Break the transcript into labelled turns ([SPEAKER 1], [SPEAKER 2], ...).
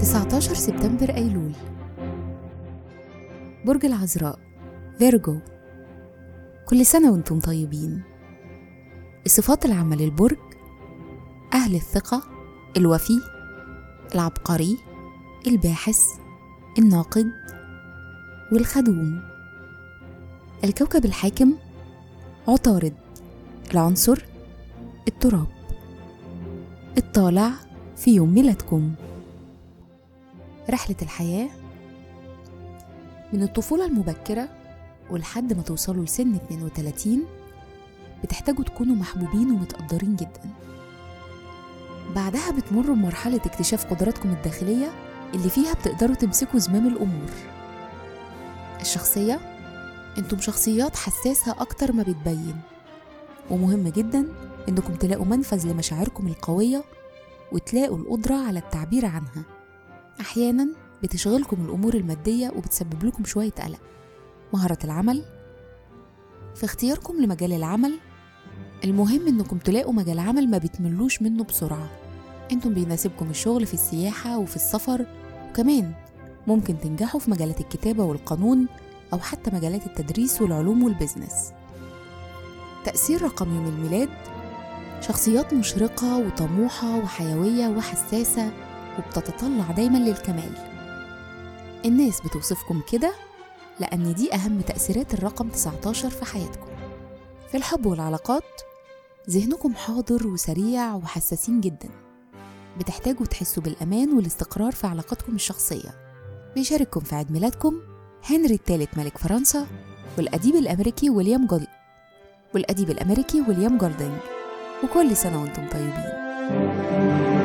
[SPEAKER 1] 19 سبتمبر أيلول. برج العذراء فيرجو. كل سنة وانتم طيبين. الصفات العامة للبرج: أهل الثقة، الوفي، العبقري، الباحث، الناقد، والخدوم. الكوكب الحاكم: عطارد. العنصر: التراب. الطالع في يوم ميلادكم. رحلة الحياة: من الطفولة المبكرة ولحد ما توصلوا لسن 32 بتحتاجوا تكونوا محبوبين ومتقدرين جدا. بعدها بتمروا بمرحلة اكتشاف قدراتكم الداخلية اللي فيها بتقدروا تمسكوا زمام الأمور. الشخصية: انتم شخصيات حساسة أكتر ما بتبين، ومهم جدا انكم تلاقوا منفذ لمشاعركم القوية وتلاقوا القدرة على التعبير عنها. أحيانا بتشغلكم الأمور المادية وبتسبب لكم شوية قلق. مهارة العمل: في اختياركم لمجال العمل المهم انكم تلاقوا مجال عمل ما بتملوش منه بسرعة. انتم بيناسبكم الشغل في السياحة وفي السفر، وكمان ممكن تنجحوا في مجالات الكتابة والقانون أو حتى مجالات التدريس والعلوم والبزنس. تأثير رقم يوم الميلاد: شخصيات مشرقة وطموحة وحيوية وحساسة وبتتطلع دايما للكمال. الناس بتوصفكم كده لأن دي أهم تأثيرات الرقم 19 في حياتكم. في الحب والعلاقات ذهنكم حاضر وسريع وحساسين جدا، بتحتاجوا تحسوا بالأمان والاستقرار في علاقاتكم الشخصية. بيشارككم في عيد ميلادكم هنري الثالث ملك فرنسا والأديب الأمريكي ويليام جولدنج. وكل سنة وانتم طيبين.